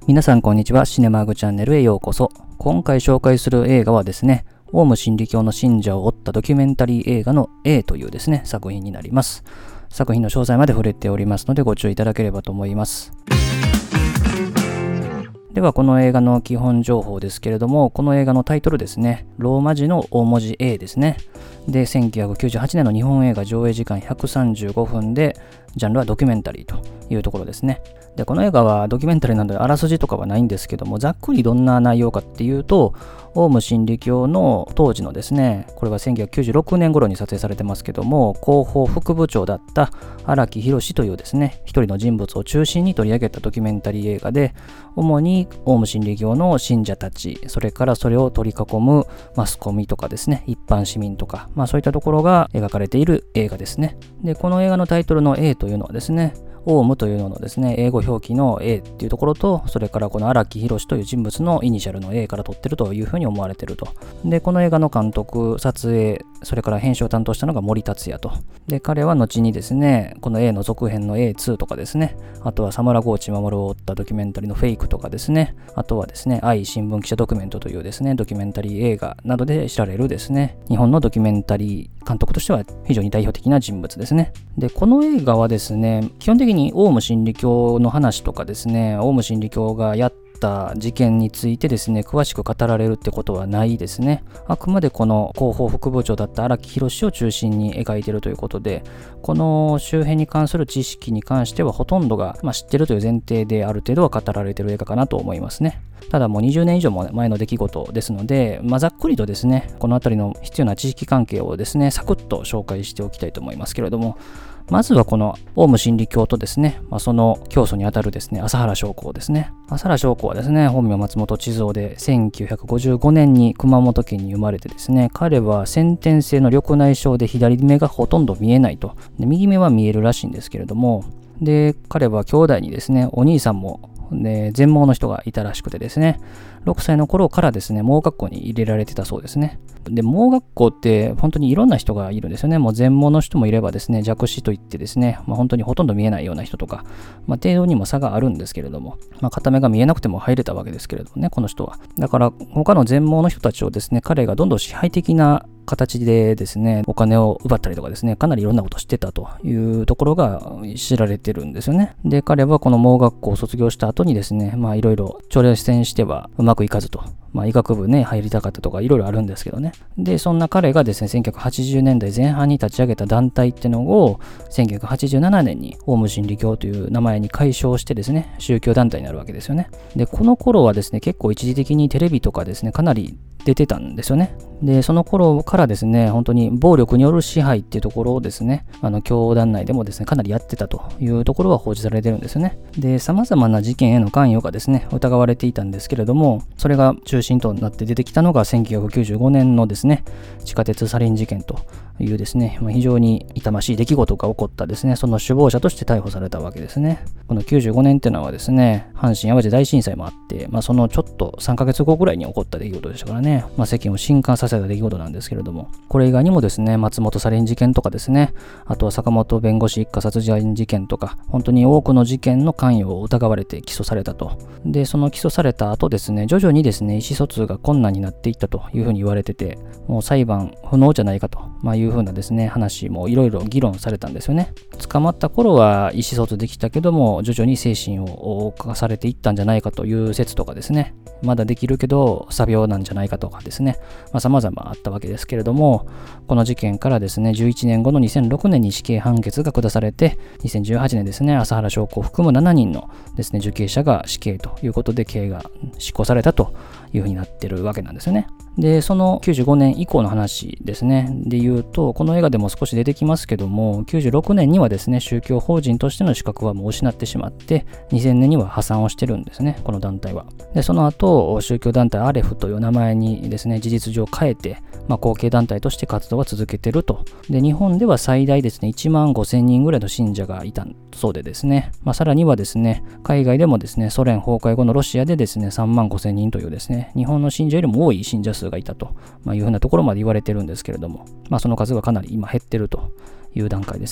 皆さんこんにちは。シネマーグチャンネルへようこそ。今回紹介する映画はですね、オウム真理教の信者を追ったドキュメンタリー映画の A というですね、作品になります。作品の詳細まで触れておりますのでご注意いただければと思います。ではこの映画の基本情報ですけれども、この映画のタイトルですね、ローマ字の大文字 A ですね。で、1998年の日本映画上映時間135分で、ジャンルはドキュメンタリーというところですね。で、この映画はドキュメンタリーなのであらすじとかはないんですけども、ざっくりどんな内容かっていうと、オウム真理教の当時のですね、これは1996年頃に撮影されてますけども、広報副部長だった荒木博というですね、一人の人物を中心に取り上げたドキュメンタリー映画で、主にオウム真理教の信者たち、それからそれを取り囲むマスコミとかですね、一般市民とか、そういったところが描かれている映画ですね。で、この映画のタイトルの A というのはですね、オウムというののですね、英語表記の A っていうところと、それからこの荒木博という人物のイニシャルの A から取ってるというふうに思われていると。で、この映画の監督、撮影、それから編集を担当したのが森達也と。で、彼は後にですね、この A の続編の A2 とかですね、あとはサムラ・ゴーチ・マモルを追ったドキュメンタリーのフェイクとかですね、あとはですね、愛新聞記者ドキュメントというですね、ドキュメンタリー映画などで知られるですね、日本のドキュメンタリー監督としては非常に代表的な人物ですね。で、この映画はですね、基本的にオウム真理教の話とかですね、オウム真理教がやった事件についてですね、詳しく語られるってことはないですね。あくまでこの広報副部長だった荒木博を中心に描いているということで、この周辺に関する知識に関してはほとんどが、知ってるという前提である程度は語られている映画かなと思いますね。ただもう20年以上も前の出来事ですので、ざっくりとですね、このあたりの必要な知識関係をですね、サクッと紹介しておきたいと思いますけれども、まずはこのオウム真理教とですね、その教祖にあたるですね、麻原彰晃ですね。麻原彰晃はですね、本名松本智蔵で1955年に熊本県に生まれてですね、彼は先天性の緑内障で左目がほとんど見えないと。で、右目は見えるらしいんですけれども、で、彼は兄弟にですね、お兄さんも全盲の人がいたらしくてですね、6歳の頃からですね、盲学校に入れられてたそうですね。で、盲学校って本当にいろんな人がいるんですよね。もう全盲の人もいればですね、弱視といってですね、本当にほとんど見えないような人とか、程度にも差があるんですけれども、片目が見えなくても入れたわけですけれどもね、この人は。だから他の全盲の人たちをですね、彼がどんどん支配的な形でですね、お金を奪ったりとかですね、かなりいろんなことをしてたというところが知られてるんですよね。で、彼はこの盲学校を卒業した後にですね、いろいろ挑戦してはうまくいかずと。医学部ね、入りたかったとかいろいろあるんですけどね。で、そんな彼がですね、1980年代前半に立ち上げた団体っていうのを、1987年にオウム真理教という名前に改称してですね、宗教団体になるわけですよね。で、この頃はですね、結構一時的にテレビとかですね、かなり出てたんですよね。で、その頃からですね、本当に暴力による支配っていうところをですね、教団内でもですね、かなりやってたというところは報じられてるんですよね。で、様々な事件への関与がですね、疑われていたんですけれども、それが中心となって出てきたのが1995年のですね、地下鉄サリン事件というですね、非常に痛ましい出来事が起こったですね、その首謀者として逮捕されたわけですね。この95年っていうのはですね、阪神淡路大震災もあって、そのちょっと3ヶ月後ぐらいに起こった出来事でしたからね、世間を震撼させた出来事なんですけれども、これ以外にもですね、松本サリン事件とかですね、あとは坂本弁護士一家殺人事件とか、本当に多くの事件の関与を疑われて起訴されたと。で、その起訴された後ですね、徐々にですね、意思疎通が困難になっていったというふうに言われてて、もう裁判不能じゃないかと、いうふうなですね、話もいろいろ議論されたんですよね。捕まった頃は意思疎通できたけども、徐々に精神を侵されていったんじゃないかという説とかですね、まだできるけど詐病なんじゃないかとかですね、様々あったわけですけれども、この事件からですね、11年後の2006年に死刑判決が下されて、2018年ですね、麻原彰晃を含む7人のですね、受刑者が死刑ということで刑が執行されたというふうになってるわけなんですよね。で、その95年以降の話ですね、で言うと、この映画でも少し出てきますけども、96年にはですね、宗教法人としての資格はもう失ってしまって、2000年には破産をしてるんですね、この団体は。で、その後、宗教団体アレフという名前にですね、事実上変えて、後継団体として活動は続けてると。で、日本では最大ですね、1万5000人ぐらいの信者がいたそうでですね、さらにはですね、海外でもですね、ソ連崩壊後のロシアでですね、3万5000人というですね、日本の信者よりも多い信者数がいたと、いうふうなところまで言われてるんですけれども、その数がかなり今減ってるという段階ですね。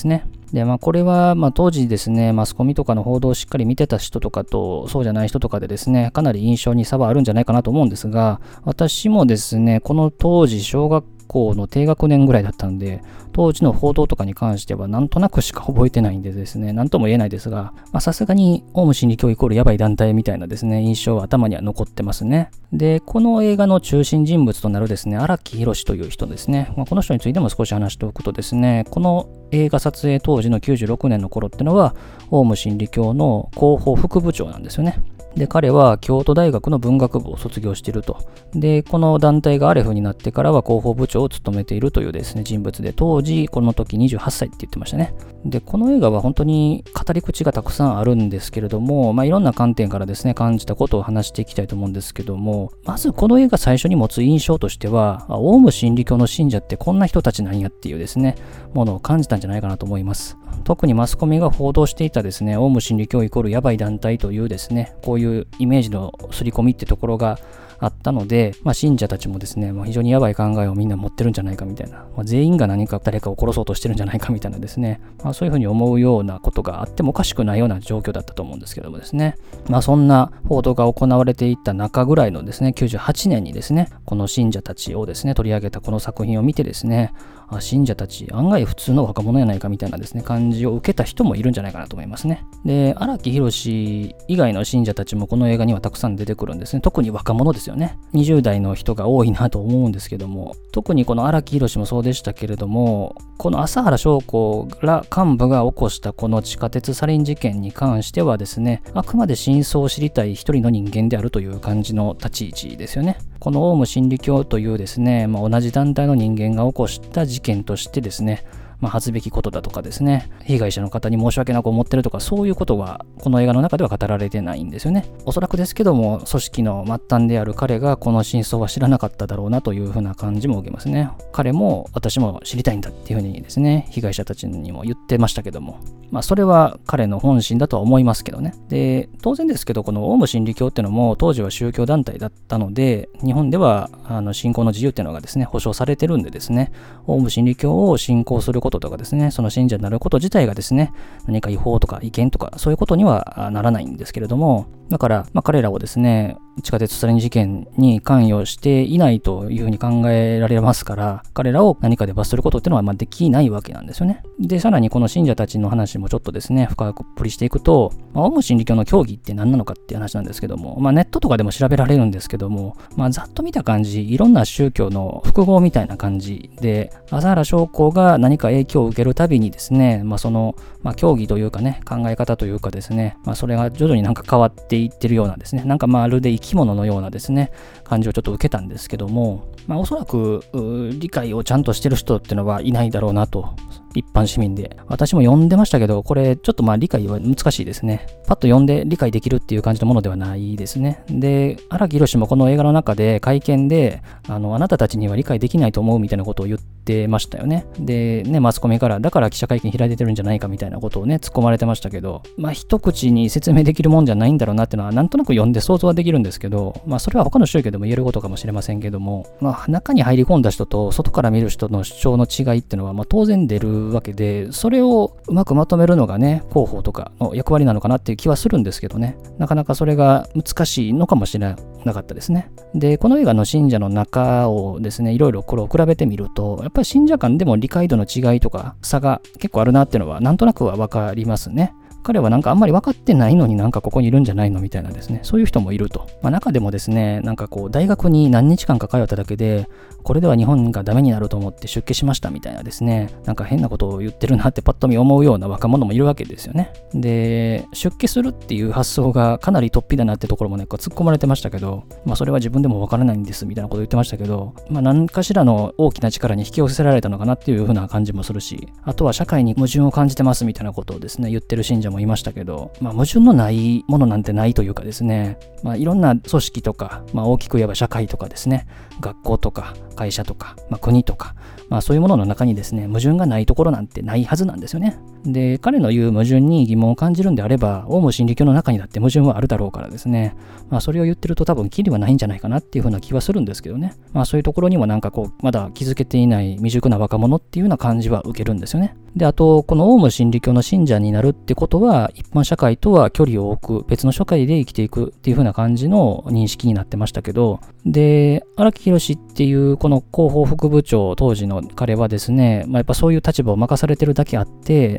で、これは、当時ですね、マスコミとかの報道をしっかり見てた人とかと、そうじゃない人とかでですね、かなり印象に差はあるんじゃないかなと思うんですが、私もですね、この当時、小学校の低学年ぐらいだったんで、当時の報道とかに関してはなんとなくしか覚えてないんでですね、なんとも言えないですが、さすがにオウム真理教イコールやばい団体みたいなですね、印象は頭には残ってますね。で、この映画の中心人物となるですね、荒木博という人ですね、この人についても少し話しておくとですね、この映画撮影当時の96年の頃ってのは、オウム真理教の広報副部長なんですよね。で、彼は京都大学の文学部を卒業していると。で、この団体がアレフになってからは広報部長を務めているというですね、人物で、当時、この時28歳って言ってましたね。で、この映画は本当に語り口がたくさんあるんですけれども、いろんな観点からですね、感じたことを話していきたいと思うんですけども、まずこの映画最初に持つ印象としては、オウム真理教の信者ってこんな人たちなんやっていうですね、ものを感じたんじゃないかなと思います。特にマスコミが報道していたですね、オウム真理教イコールやばい団体というですね、こういうイメージの刷り込みってところがあったので、信者たちもですね、非常にやばい考えをみんな持ってるんじゃないかみたいな、全員が何か誰かを殺そうとしてるんじゃないかみたいなですね、そういうふうに思うようなことがあってもおかしくないような状況だったと思うんですけどもですね、そんな報道が行われていった中ぐらいのですね、98年にですね、この信者たちをですね、取り上げたこの作品を見てですね、信者たち案外普通の若者やないかみたいなですね、感じを受けた人もいるんじゃないかなと思いますね。で、荒木博以外の信者たちもこの映画にはたくさん出てくるんですね。特に若者ですよね。20代の人が多いなと思うんですけども、特にこの荒木博もそうでしたけれども、この麻原彰子ら幹部が起こしたこの地下鉄サリン事件に関してはですね、あくまで真相を知りたい一人の人間であるという感じの立ち位置ですよね。このオウム真理教というですね、同じ団体の人間が起こした事件としてですね、恥ずべきことだとかですね、被害者の方に申し訳なく思ってるとか、そういうことはこの映画の中では語られてないんですよね。おそらくですけども、組織の末端である彼がこの真相は知らなかっただろうなというふうな感じも受けますね。彼も私も知りたいんだっていうふうにですね、被害者たちにも言ってましたけども、それは彼の本心だとは思いますけどね。で、当然ですけど、このオウム真理教っていうのも当時は宗教団体だったので、日本では信仰の自由っていうのがですね、保障されてるんでですね、オウム真理教を信仰することとかですね、その信者になること自体がですね、何か違法とか違憲とかそういうことにはならないんですけれども、だから彼らをですね、地下鉄サリン事件に関与していないというふうに考えられますから、彼らを何かで罰することっていうのはできないわけなんですよね。で、さらにこの信者たちの話もちょっとですね、深掘りしていくと、オウム真理教の教義って何なのかっていう話なんですけども、ネットとかでも調べられるんですけども、ざっと見た感じ、いろんな宗教の複合みたいな感じで、麻原彰子が何か影響を受けるたびにですね、その、教義というかね、考え方というかですね、それが徐々になんか変わっていってるようなですね、なんかまるで生き物のようなですね、感じをちょっと受けたんですけども、おそらく理解をちゃんとしてる人っていうのはいないだろうなと、一般市民で。私も読んでましたけど、これちょっと理解は難しいですね。パッと読んで理解できるっていう感じのものではないですね。で、荒木博もこの映画の中で会見で、あなたたちには理解できないと思うみたいなことを言ってましたよね。で、マスコミから、だから記者会見開いてるんじゃないかみたいなことをね、突っ込まれてましたけど、一口に説明できるもんじゃないんだろうなっていうのは、なんとなく読んで想像はできるんですけど、それは他の宗教でも言えることかもしれませんけども、中に入り込んだ人と外から見る人の主張の違いっていうのは、当然出るわけで、それをうまくまとめるのがね、広報とかの役割なのかなっていう気はするんですけどね、なかなかそれが難しいのかもしれなかったですね。で、この映画の信者の中をですね、いろいろこれを比べてみると、やっぱり信者間でも理解度の違いとか差が結構あるなっていうのは、なんとなくはわかりますね。彼はなんかあんまり分かってないのになんかここにいるんじゃないのみたいなですね、そういう人もいると。中でもですね、なんかこう大学に何日間か通っただけで、これでは日本がダメになると思って出家しましたみたいなですね、なんか変なことを言ってるなってパッと見思うような若者もいるわけですよね。で、出家するっていう発想がかなり突飛だなってところもね、突っ込まれてましたけど、それは自分でも分からないんですみたいなことを言ってましたけど、何かしらの大きな力に引き寄せられたのかなっていう風な感じもするし、あとは社会に矛盾を感じてますみたいなことをですね、言ってる信者もいましたけど、矛盾のないものなんてないというかですね、いろんな組織とか、大きく言えば社会とかですね、学校とか会社とか、国とか、そういうものの中にですね、矛盾がないところなんてないはずなんですよね。で、彼の言う矛盾に疑問を感じるんであれば、オウム真理教の中にだって矛盾はあるだろうからですね、それを言ってると多分キリはないんじゃないかなっていうふうな気はするんですけどね。そういうところにもなんかこう、まだ気づけていない未熟な若者っていうような感じは受けるんですよね。 で、あと、このオウム真理教の信者になるってことは、一般社会とは距離を置く、別の社会で生きていくっていう風な感じの認識になってましたけど、で、荒木博っていうこの広報副部長、当時の彼はですね、やっぱそういう立場を任されてるだけあって、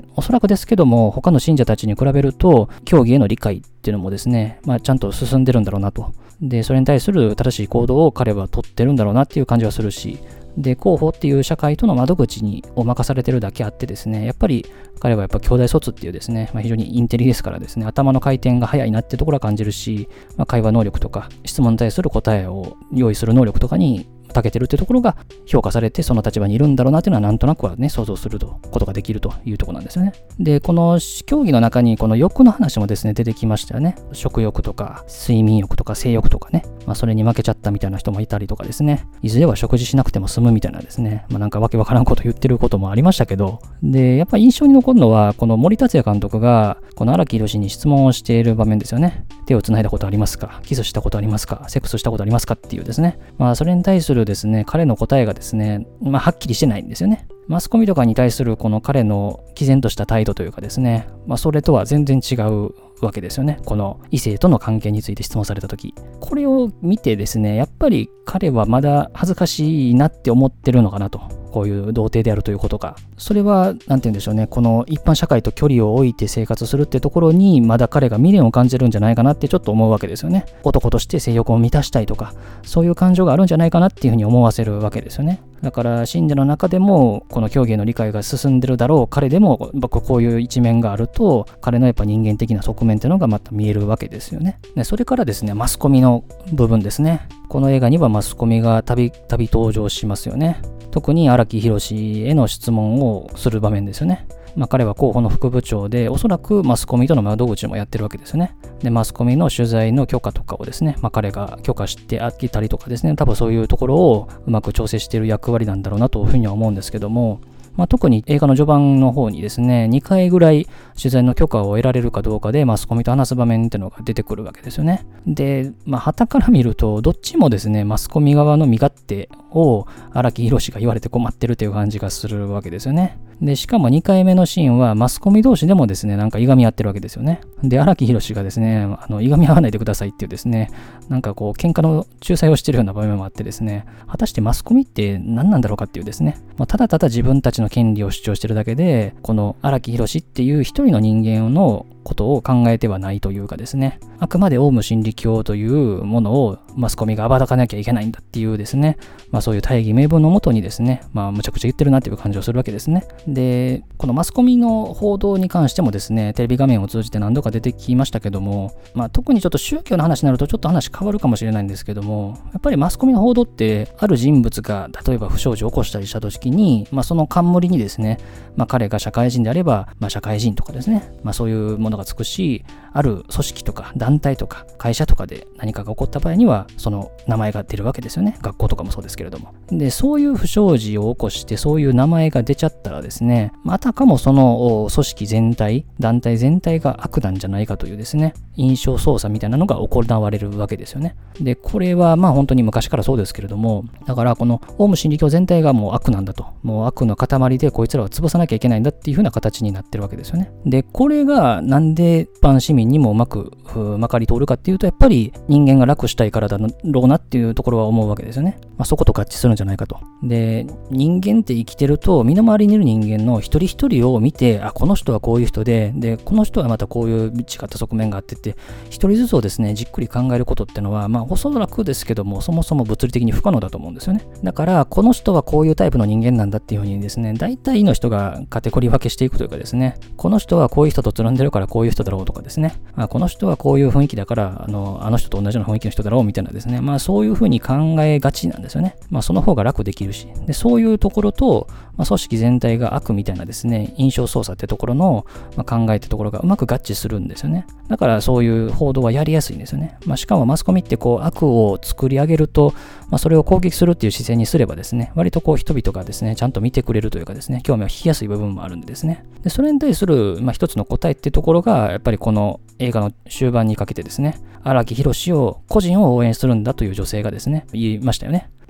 おそらくですけども、他の信者たちに比べると、教義への理解っていうのもですね、ちゃんと進んでるんだろうなと。で、それに対する正しい行動を彼は取ってるんだろうなっていう感じはするし、で、広報っていう社会との窓口を任されてるだけあってですね、やっぱり彼はやっぱ兄弟卒っていうですね、非常にインテリですからですね、頭の回転が速いなってところは感じるし、会話能力とか質問に対する答えを用意する能力とかに長けてるってところが評価されて、その立場にいるんだろうなっていうのはなんとなくはね、想像することができるというところなんですよね。で、この教義の中にこの欲の話もですね、出てきましたよね。食欲とか睡眠欲とか性欲とかね、それに負けちゃったみたいな人もいたりとかですね、いずれは食事しなくても済むみたいなですね、なんかわけわからんこと言ってることもありましたけど、で、やっぱり印象に残るのは、この森達也監督がこの荒木宏に質問をしている場面ですよね。手を繋いだことありますか？キスしたことありますか？セックスしたことありますか？っていうですね、それに対するですね、彼の答えがですね、はっきりしてないんですよね。マスコミとかに対するこの彼の毅然とした態度というかですね、それとは全然違うわけですよね。この異性との関係について質問されたとき。これを見てですね、やっぱり彼はまだ恥ずかしいなって思ってるのかなと。こういう童貞であるということが。それは、なんて言うんでしょうね。この一般社会と距離を置いて生活するってところに、まだ彼が未練を感じるんじゃないかなってちょっと思うわけですよね。男として性欲を満たしたいとか、そういう感情があるんじゃないかなっていうふうに思わせるわけですよね。だから信者の中でもこの教義への理解が進んでるだろう彼でもこういう一面があると彼のやっぱ人間的な側面っていうのがまた見えるわけですよね。でそれからですねマスコミの部分ですね。この映画にはマスコミがたびたび登場しますよね。特に荒木宏への質問をする場面ですよね。彼は広報の副部長で、おそらくマスコミとの窓口もやってるわけですよね。で、マスコミの取材の許可とかをですね、彼が許可してあげたりとかですね、多分そういうところをうまく調整している役割なんだろうなというふうには思うんですけども、特に映画の序盤の方にですね、2回ぐらい取材の許可を得られるかどうかでマスコミと話す場面っていうのが出てくるわけですよね。で、傍から見ると、どっちもですね、マスコミ側の身勝手を荒木宏が言われて困ってるという感じがするわけですよね。で、しかも2回目のシーンはマスコミ同士でもですね、なんかいがみ合ってるわけですよね。で、荒木宏がですね、いがみ合わないでくださいっていうですね、なんかこう、喧嘩の仲裁をしてるような場面もあってですね、果たしてマスコミって何なんだろうかっていうですね、ただただ自分たちの権利を主張してるだけで、この荒木宏っていう一人の人間のことを考えてはないというかですね、あくまでオウム真理教というものをマスコミが暴かなきゃいけないんだっていうですね、そういう大義名分のもとにですね、むちゃくちゃ言ってるなっていう感じをするわけですね。で、このマスコミの報道に関してもですね、テレビ画面を通じて何度か出てきましたけども、特にちょっと宗教の話になるとちょっと話変わるかもしれないんですけども、やっぱりマスコミの報道ってある人物が例えば不祥事を起こしたりした時に、その冠にですね、彼が社会人であれば、社会人とかですね、そういうものがつくし、ある組織とか団体とか会社とかで何かが起こった場合にはその名前が出るわけですよね。学校とかもそうですけれども。で、そういう不祥事を起こしてそういう名前が出ちゃったらですね、あたかもその組織全体、団体全体が悪なんじゃないかというですね、印象操作みたいなのが行われるわけですよね。で、これは本当に昔からそうですけれども、だからこのオウム真理教全体がもう悪なんだと、もう悪の塊でこいつらを潰さなきゃいけないんだっていう風な形になってるわけですよね。で、これがなんで一般市民にもうまくまかり通るかっていうと、やっぱり人間が楽したいからだろうなっていうところは思うわけですよね。そこと合致するんじゃないかと。で、人間って生きてると、身の回りにいる人間の一人一人を見て、この人はこういう人で、この人はまたこういう違った側面があってって、一人ずつをですね、じっくり考えることってのは、おそらくですけども、そもそも物理的に不可能だと思うんですよね。だから、この人はこういうタイプの人間なんだっていうふうにですね、大体の人がカテゴリー分けしていくというかですね、この人はこういう人とつるんでるからこういう人だろうとかですね、この人はこういう雰囲気だから、あの人と同じような雰囲気の人だろうみたいなですね、そういうふうに考えがちなんですよね。その方が楽できるし。で、そういうところと、組織全体が悪みたいなですね、印象操作ってところの、考えってところがうまく合致するんですよね。だからそういう報道はやりやすいんですよね。しかもマスコミって悪を作り上げると、それを攻撃するっていう姿勢にすればですね、割と人々がですね、ちゃんと見てくれるというかですね、興味を引きやすい部分もあるんでですね。で、それに対する、一つの答えっていうところが、やっぱりこの映画の終盤にかけてですね、荒木宏個人を応援するんだという女性がですね、言いましたよね。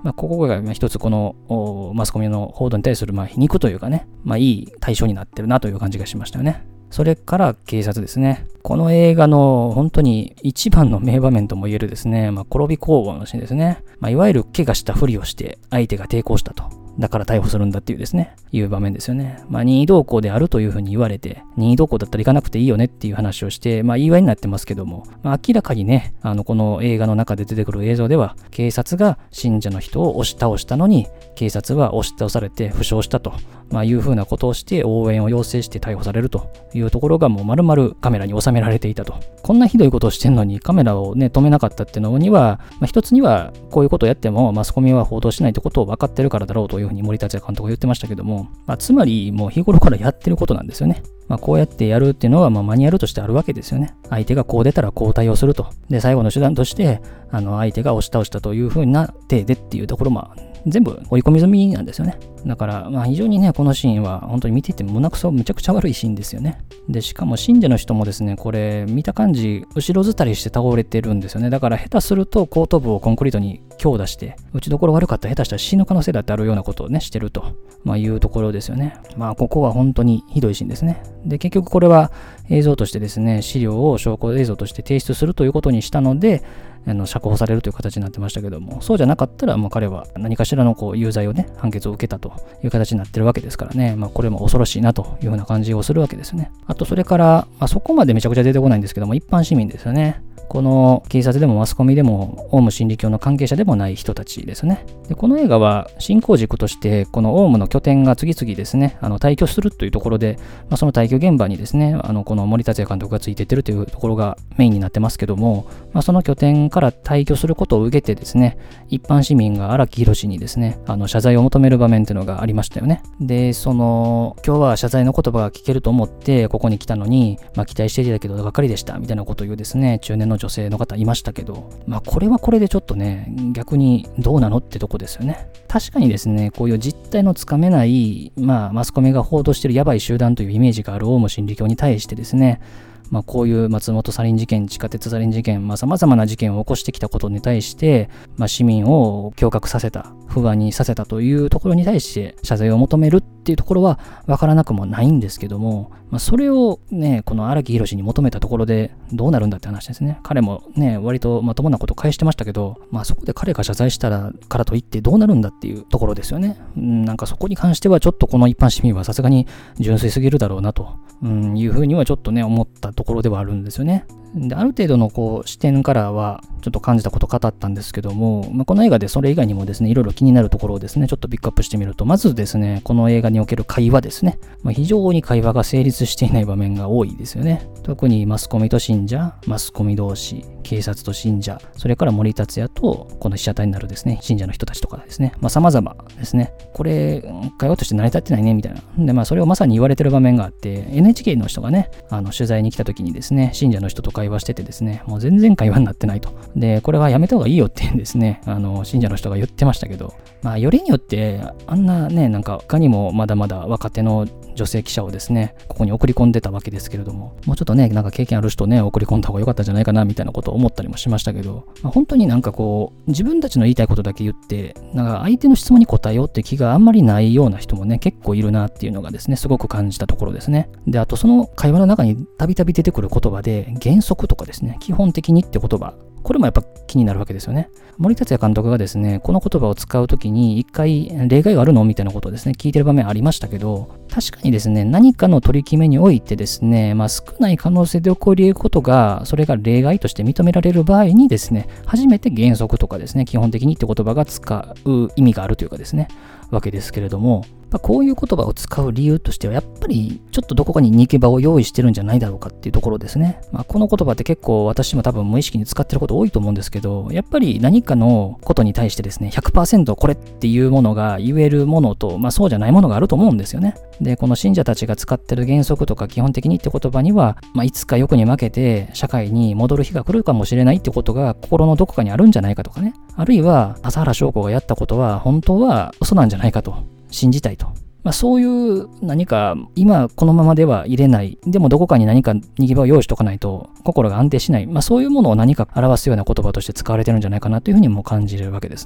ここが一つこのマスコミの報道に対する皮肉というかね、いい対象になってるなという感じがしましたよね。それから警察ですね。この映画の本当に一番の名場面とも言えるですね、転び攻防のシーンですね。いわゆる怪我したふりをして相手が抵抗したと。だから逮捕するんだっていうですね、いう場面ですよね。任意同行であるというふうに言われて、任意同行だったら行かなくていいよねっていう話をして、言い訳になってますけども、明らかにね、この映画の中で出てくる映像では、警察が信者の人を押し倒したのに、警察は押し倒されて負傷したと、いうふうなことをして応援を要請して逮捕されるというところがもう丸々カメラに収められていたと。こんなひどいことをしてんのにカメラをね、止めなかったっていうのには、一つにはこういうことをやってもマスコミは報道しないってことを分かってるからだろうというふうに森達也監督が言ってましたけども、つまりもう日頃からやってることなんですよね。こうやってやるっていうのはマニュアルとしてあるわけですよね。相手がこう出たらこう対応すると。で、最後の手段として相手が押し倒したというふうな体でっていうところ全部追い込み済みなんですよね。だから非常にね、このシーンは本当に見ていて胸くそめちゃくちゃ悪いシーンですよね。で、しかも信者の人もですね、これ見た感じ後ろずたりして倒れてるんですよね。だから下手すると後頭部をコンクリートに強打して打ちどころ悪かったら下手したら死ぬ可能性だってあるようなことをねしてると、いうところですよね。ここは本当にひどいシーンですね。で、結局これは映像としてですね、資料を証拠映像として提出するということにしたので釈放されるという形になってましたけども、そうじゃなかったら彼は何かしらの有罪をね、判決を受けたという形になってるわけですからね、これも恐ろしいなというふうな感じをするわけですね。あとそれから、そこまでめちゃくちゃ出てこないんですけども、一般市民ですよね。この警察でもマスコミでもオウム真理教の関係者でもない人たちですね。で、この映画は進行軸としてこのオウムの拠点が次々ですね退去するというところで、その退去現場にですねこの森達也監督がついていってるというところがメインになってますけども、その拠点から退去することを受けてですね、一般市民が荒木宏にですね謝罪を求める場面というのがありましたよね。で、今日は謝罪の言葉が聞けると思ってここに来たのに、期待していたけどがっかりでしたみたいなことを言うですね中年の女性の方いましたけど、これはこれでちょっとね逆にどうなのってとこですよね。確かにですね、こういう実態のつかめないマスコミが報道しているやばい集団というイメージがあるオウム真理教に対してですね、こういう松本サリン事件、地下鉄サリン事件、様々な事件を起こしてきたことに対して、市民を驚愕させた、不安にさせたというところに対して謝罪を求めるっていうところは分からなくもないんですけども、それをね、この荒木宏に求めたところでどうなるんだって話ですね。彼もね、割とまともなことを返してましたけど、そこで彼が謝罪したからといってどうなるんだっていうところですよね。なんかそこに関してはちょっとこの一般市民はさすがに純粋すぎるだろうなというふうにはちょっとね思ったところではあるんですよね。で、ある程度の視点からはちょっと感じたことを語ったんですけども、この映画でそれ以外にもですねいろいろ気になるところをですねちょっとピックアップしてみると、まずですねこの映画における会話ですね、非常に会話が成立していない場面が多いですよね。特にマスコミと信者、マスコミ同士、警察と信者、それから森達也とこの被写体になるですね信者の人たちとかですね、様々ですね、これ会話として成り立ってないねみたいなで、それをまさに言われてる場面があって、 NHK の人がね取材に来た時にですね信者の人と会話しててですね、もう全然会話になってないと。で、これはやめた方がいいよってですね信者の人が言ってましたけど、よりによってあんなね他にもまだまだ若手の女性記者をですねここに送り込んでたわけですけれども、もうちょっとね経験ある人をね送り込んだ方が良かったんじゃないかなみたいなことを思ったりもしましたけど、本当に自分たちの言いたいことだけ言って相手の質問に答えようって気があんまりないような人もね結構いるなっていうのがですねすごく感じたところですね。で、あとその会話の中にたびたび出てくる言葉で原則とかですね基本的にって言葉、これもやっぱ気になるわけですよね。森達也監督がですねこの言葉を使うときに一回例外があるのみたいなことをですね聞いてる場面ありましたけど、確かにですね何かの取り決めにおいてですね少ない可能性で起こり得ることがそれが例外として認められる場合にですね初めて原則とかですね基本的にって言葉が使う意味があるというかですねわけですけれども、こういう言葉を使う理由としてはやっぱりちょっとどこかに逃げ場を用意してるんじゃないだろうかっていうところですね。この言葉って結構私も多分無意識に使ってること多いと思うんですけど、やっぱり何かのことに対してですね 100% これっていうものが言えるものと、そうじゃないものがあると思うんですよね。で、この信者たちが使ってる原則とか基本的にって言葉には、いつか欲に負けて社会に戻る日が来るかもしれないってことが心のどこかにあるんじゃないかとかね、あるいは朝原翔子がやったことは本当は嘘なんじゃないかと信じたいと、そういう何か今このままでは入れない、でもどこかに何か逃げ場を用意しとかないと心が安定しない、そういうものを何か表すような言葉として使われてるんじゃないかなというふうにも感じるわけですね。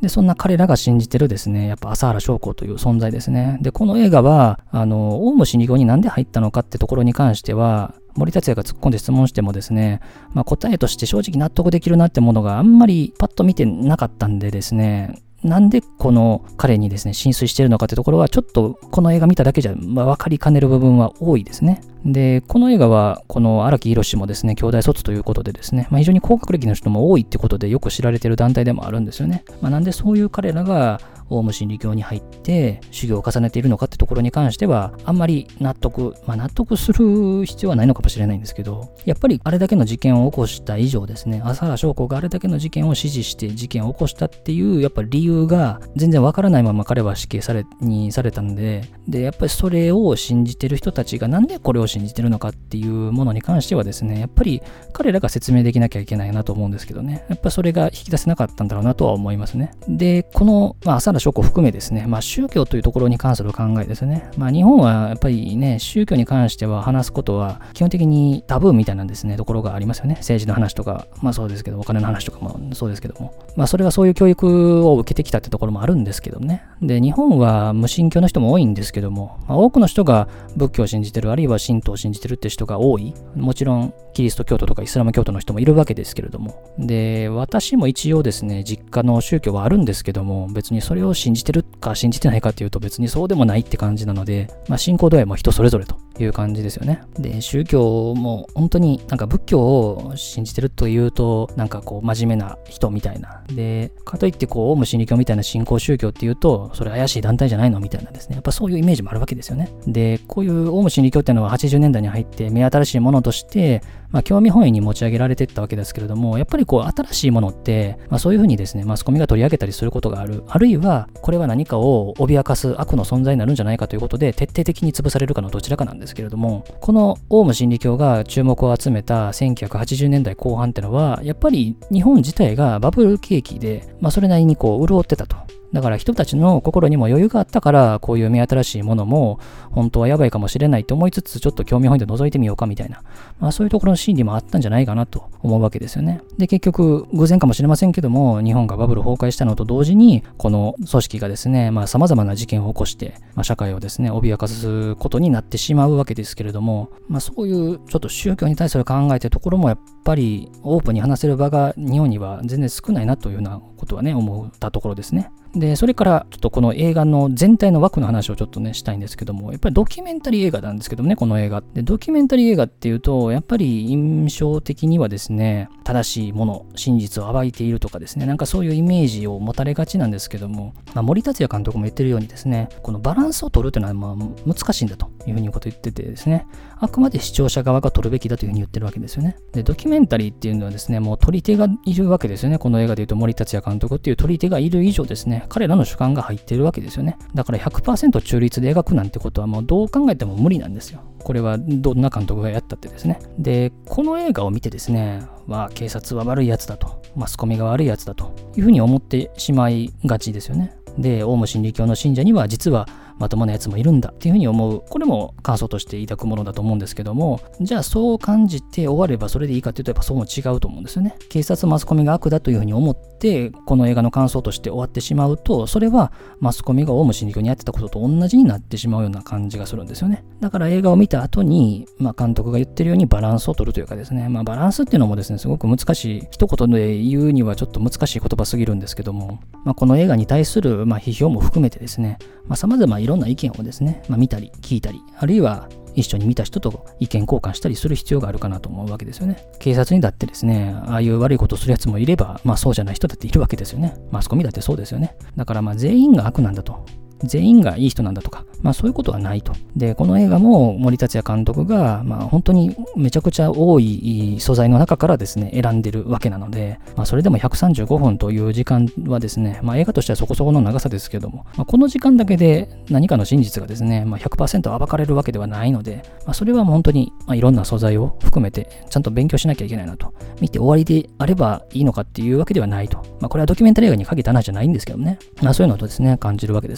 で、そんな彼らが信じてるですね、やっぱ朝原将校という存在ですね。で、この映画は、オウム真理教になんで入ったのかってところに関しては、森達也が突っ込んで質問してもですね、答えとして正直納得できるなってものがあんまりパッと見てなかったんでですね、なんでこの彼にですね、浸水しているのかってところは、ちょっとこの映画見ただけじゃ分かりかねる部分は多いですね。で、この映画は、この荒木宏もですね、兄弟卒ということでですね、非常に高学歴の人も多いってことでよく知られている団体でもあるんですよね。なんでそういう彼らが、オウム真理教に入って修行を重ねているのかってところに関してはあんまり納得する必要はないのかもしれないんですけど、やっぱりあれだけの事件を起こした以上ですね、朝原将校があれだけの事件を指示して事件を起こしたっていうやっぱり理由が全然わからないまま彼は死刑されたんで、やっぱりそれを信じてる人たちがなんでこれを信じてるのかっていうものに関してはですね、やっぱり彼らが説明できなきゃいけないなと思うんですけどね、やっぱそれが引き出せなかったんだろうなとは思いますね。で、この、朝原将校含めですね、宗教というところに関する考えですね。日本はやっぱりね、宗教に関しては話すことは基本的にタブーみたいなですね、ところがありますよね。政治の話とか、そうですけど、お金の話とかもそうですけども。それはそういう教育を受けてきたってところもあるんですけどね。で、日本は無神教の人も多いんですけども、多くの人が仏教を信じてる、あるいは神道を信じてるって人が多い。もちろん、キリスト教徒とかイスラム教徒の人もいるわけですけれども。で、私も一応ですね、実家の宗教はあるんですけども、別にそれを信じてるか信じてないかっていうと別にそうでもないって感じなので、信仰度合いも人それぞれという感じですよね。で、宗教も本当になんか仏教を信じてるというと、なんかこう真面目な人みたいな。で、かといってこう、オウム真理教みたいな信仰宗教っていうと、それ怪しい団体じゃないのみたいなですね。やっぱそういうイメージもあるわけですよね。で、こういうオウム真理教っていうのは80年代に入って目新しいものとして、興味本位に持ち上げられていったわけですけれども、やっぱりこう新しいものって、そういうふうにですね、マスコミが取り上げたりすることがある。あるいは、これは何かを脅かす悪の存在になるんじゃないかということで、徹底的に潰されるかのどちらかなんですけれども、このオウム真理教が注目を集めた1980年代後半ってのは、やっぱり日本自体がバブル景気で、それなりにこう潤ってたと。だから人たちの心にも余裕があったから、こういう目新しいものも本当はやばいかもしれないと思いつつ、ちょっと興味本位で覗いてみようかみたいな、そういうところの心理もあったんじゃないかなと思うわけですよね。で、結局偶然かもしれませんけども、日本がバブル崩壊したのと同時に、この組織がですね、様々な事件を起こして、社会をですね、脅かすことになってしまうわけですけれども、そういうちょっと宗教に対する考えというところもやっぱりオープンに話せる場が日本には全然少ないなというようなことはね、思ったところですね。で、それからちょっとこの映画の全体の枠の話をちょっとね、したいんですけども、やっぱりドキュメンタリー映画なんですけどもね、この映画。で、ドキュメンタリー映画っていうと、やっぱり印象的にはですね、正しいもの、真実を暴いているとかですね、なんかそういうイメージを持たれがちなんですけども、森達也監督も言ってるようにですね、このバランスを取るというのは難しいんだというふうにこと言っててですね、あくまで視聴者側が取るべきだというふうに言ってるわけですよね。で、ドキュメンタリーっていうのはですね、もう撮り手がいるわけですよね。この映画で言うと森達也監督っていう撮り手がいる以上ですね、彼らの主観が入っているわけですよね。だから 100% 中立で描くなんてことはもうどう考えても無理なんですよ。これはどんな監督がやったってですね。で、この映画を見てですね、警察は悪いやつだと、マスコミが悪いやつだというふうに思ってしまいがちですよね。で、オウム真理教の信者には実はまともなやつもいるんだっていうふうに思う。これも感想として抱くものだと思うんですけども、じゃあそう感じて終わればそれでいいかというと、やっぱそうも違うと思うんですよね。警察マスコミが悪だというふうに思って、この映画の感想として終わってしまうと、それはマスコミがオウム真理教にやってたことと同じになってしまうような感じがするんですよね。だから映画を見た後に、監督が言ってるようにバランスを取るというかですね、バランスっていうのもですね、すごく難しい、一言で言うにはちょっと難しい言葉すぎるんですけども、この映画に対する批評も含めてですね、様々いろんな意見をですね、見たり聞いたり、あるいは一緒に見た人と意見交換したりする必要があるかなと思うわけですよね。警察にだってですね、ああいう悪いことをするやつもいれば、そうじゃない人だっているわけですよね。マスコミだってそうですよね。だから全員が悪なんだと。全員がいい人なんだとか、そういうことはないと。で、この映画も森達也監督が、本当にめちゃくちゃ多い素材の中からですね、選んでるわけなので、それでも135分という時間はですね、映画としてはそこそこの長さですけども、この時間だけで何かの真実がですね、100% 暴かれるわけではないので、それは本当に、いろんな素材を含めて、ちゃんと勉強しなきゃいけないなと。見て終わりであればいいのかっていうわけではないと。これはドキュメンタリー映画に限った話じゃないんですけどね。そういうのとですね、感じるわけですね。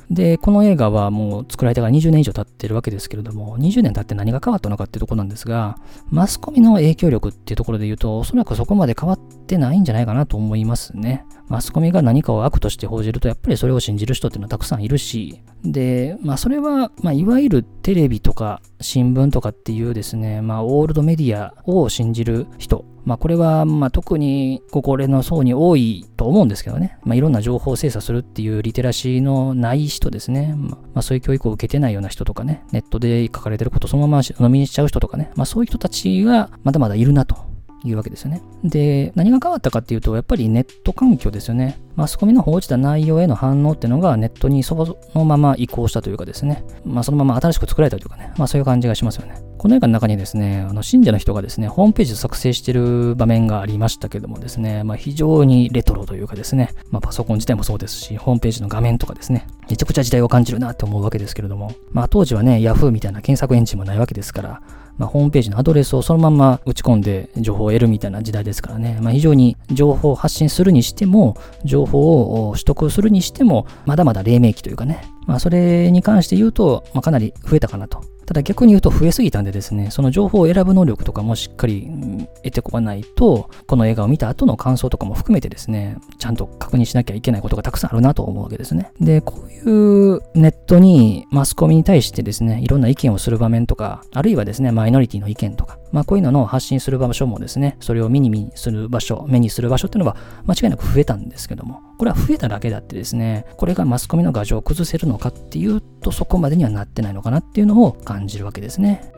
で、この映画はもう作られてから20年以上経ってるわけですけれども、20年経って何が変わったのかっていうところなんですが、マスコミの影響力っていうところで言うと、おそらくそこまで変わってないんじゃないかなと思いますね。マスコミが何かを悪として報じると、やっぱりそれを信じる人っていうのはたくさんいるし、で、それは、いわゆるテレビとか新聞とかっていうですね、オールドメディアを信じる人、これは特にご高齢の層に多いと思うんですけどね、いろんな情報を精査するっていうリテラシーのない人ですね、そういう教育を受けてないような人とかね、ネットで書かれてることをそのまま飲みにしちゃう人とかね、そういう人たちがまだまだいるなというわけですよね。で、何が変わったかっていうと、やっぱりネット環境ですよね。マスコミの報じた内容への反応っていうのがネットにそのまま移行したというかですね、そのまま新しく作られたというかね、そういう感じがしますよね。この映画の中にですね、信者の人がですね、ホームページを作成している場面がありましたけどもですね、非常にレトロというかですね、パソコン自体もそうですし、ホームページの画面とかですね、めちゃくちゃ時代を感じるなって思うわけですけれども、当時はね、Yahoo みたいな検索エンジンもないわけですから、ホームページのアドレスをそのまま打ち込んで情報を得るみたいな時代ですからね、非常に情報を発信するにしても、情報を取得するにしても、まだまだ黎明期というかね、それに関して言うと、かなり増えたかなと。ただ逆に言うと増えすぎたんでですね、その情報を選ぶ能力とかもしっかり得てこないと、この映画を見た後の感想とかも含めてですね、ちゃんと確認しなきゃいけないことがたくさんあるなと思うわけですね。で、こういうネットにマスコミに対してですね、いろんな意見をする場面とか、あるいはですね、マイノリティの意見とか、こういうのを発信する場所もですね、それを目にする場所っていうのは間違いなく増えたんですけども、これは増えただけだってですね、これがマスコミの牙城を崩せるのかっていうと、そこまでにはなってないのかなっていうのを感じるわけですね。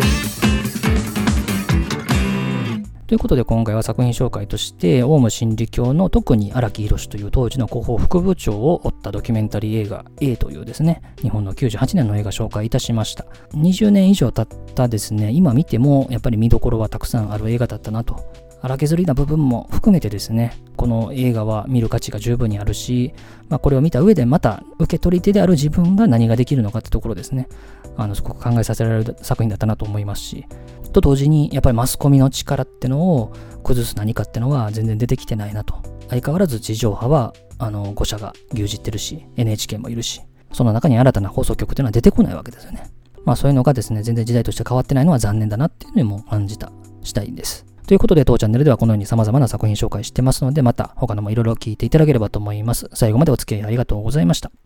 ということで今回は作品紹介としてオウム真理教の特に荒木宏という当時の広報副部長を追ったドキュメンタリー映画 A というですね、日本の98年の映画紹介いたしました。20年以上経ったですね、今見てもやっぱり見どころはたくさんある映画だったなと。荒削りな部分も含めてですね、この映画は見る価値が十分にあるし、これを見た上でまた受け取り手である自分が何ができるのかってところですね、すごく考えさせられる作品だったなと思いますし、と同時にやっぱりマスコミの力ってのを崩す何かってのは全然出てきてないなと。相変わらず地上波は5社が牛耳ってるし、NHK もいるし、その中に新たな放送局っていうのは出てこないわけですよね。そういうのがですね、全然時代として変わってないのは残念だなっていうのも感じた次第です。ということで当チャンネルではこのように様々な作品紹介してますので、また他のもいろいろ聞いていただければと思います。最後までお付き合いありがとうございました。